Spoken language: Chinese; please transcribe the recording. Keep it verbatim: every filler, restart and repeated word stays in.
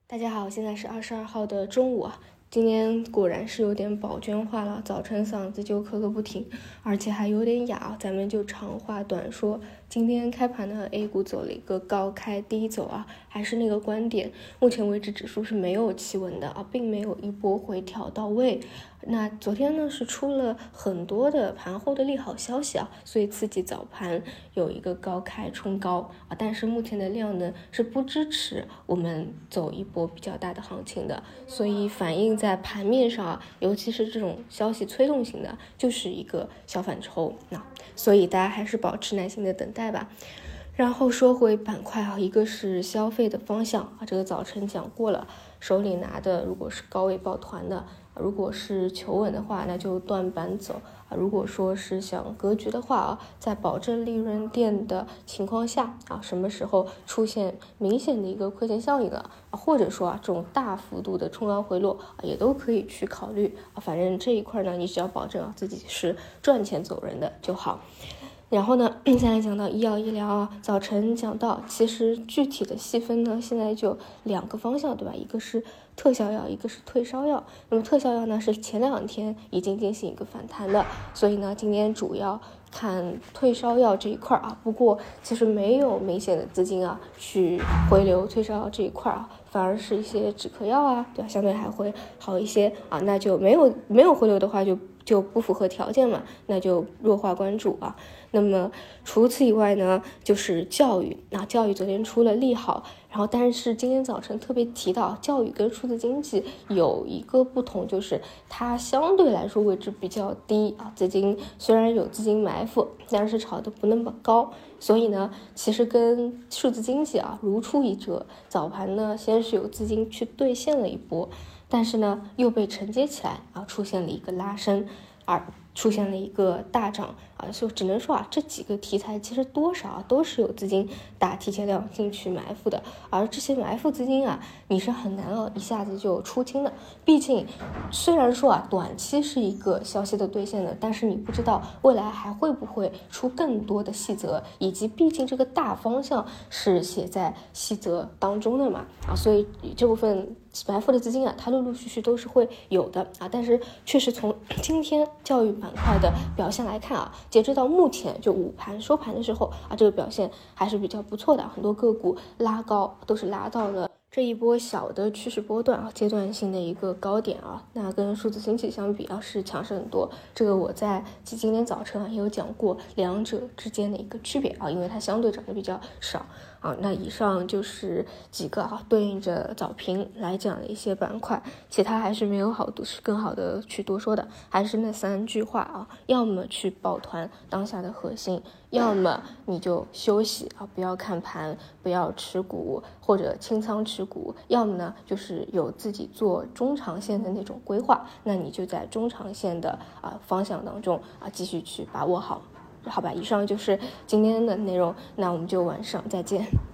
大家好，现在是二十二号的中午啊。今天果然是有点宝娟话了，早晨嗓子就咳个不停，而且还有点哑。咱们就长话短说，今天开盘呢 A 股走了一个高开低走啊，还是那个观点，目前为止指数是没有企稳的啊，并没有一波回调到位。那昨天呢是出了很多的盘后的利好消息啊，所以刺激早盘有一个高开冲高啊，但是目前的量呢是不支持我们走一波比较大的行情的，所以反映在盘面上啊，尤其是这种消息催动型的，就是一个小反抽。那所以大家还是保持耐心的等待吧。然后说回板块啊，一个是消费的方向啊，这个早晨讲过了，手里拿的如果是高位抱团的，如果是求稳的话，那就断板走啊。如果说是想格局的话啊，在保证利润垫的情况下啊，什么时候出现明显的一个亏钱效应了啊，或者说啊这种大幅度的冲高回落啊，也都可以去考虑啊。反正这一块呢，你只要保证啊自己是赚钱走人的就好。然后呢，现在讲到医药医疗啊，早晨讲到，其实具体的细分呢，现在就两个方向，对吧？一个是特效药，一个是退烧药。那么特效药呢，是前两天已经进行一个反弹的，所以呢，今天主要看退烧药这一块啊。不过其实没有明显的资金啊去回流退烧药这一块啊，反而是一些止咳药啊，对吧？相对还会好一些啊。那就没有没有回流的话就。就不符合条件嘛，那就弱化关注啊。那么除此以外呢，就是教育。那教育昨天出了利好，然后但是今天早晨特别提到，教育跟数字经济有一个不同，就是它相对来说位置比较低啊，资金虽然有资金埋伏，但是炒得不那么高。所以呢，其实跟数字经济啊如出一辙。早盘呢，先是有资金去兑现了一波。但是呢，又被承接起来啊，出现了一个拉升，而出现了一个大涨啊，就只能说啊，这几个题材其实多少啊都是有资金打提前量进去埋伏的，而这些埋伏资金啊，你是很难啊一下子就出清的。毕竟虽然说啊，短期是一个消息的兑现的，但是你不知道未来还会不会出更多的细则，以及毕竟这个大方向是写在细则当中的嘛啊，所以这部分埋伏的资金啊，它陆陆续续都是会有的啊。但是确实从今天教育板块的表现来看啊，截止到目前就午盘收盘的时候啊，这个表现还是比较不错的，很多个股拉高都是拉到了这一波小的趋势波段啊，阶段性的一个高点啊，那跟数字经济相比啊是强势很多。这个我在今天早晨啊也有讲过两者之间的一个区别啊，因为它相对涨得比较少啊。那以上就是几个啊对应着早评来讲的一些板块，其他还是没有好多是更好的去多说的，还是那三句话啊，要么去抱团当下的核心，要么你就休息啊，不要看盘，不要持股或者清仓持股，要么呢就是有自己做中长线的那种规划，那你就在中长线的啊方向当中啊继续去把握好，好吧？以上就是今天的内容，那我们就晚上再见。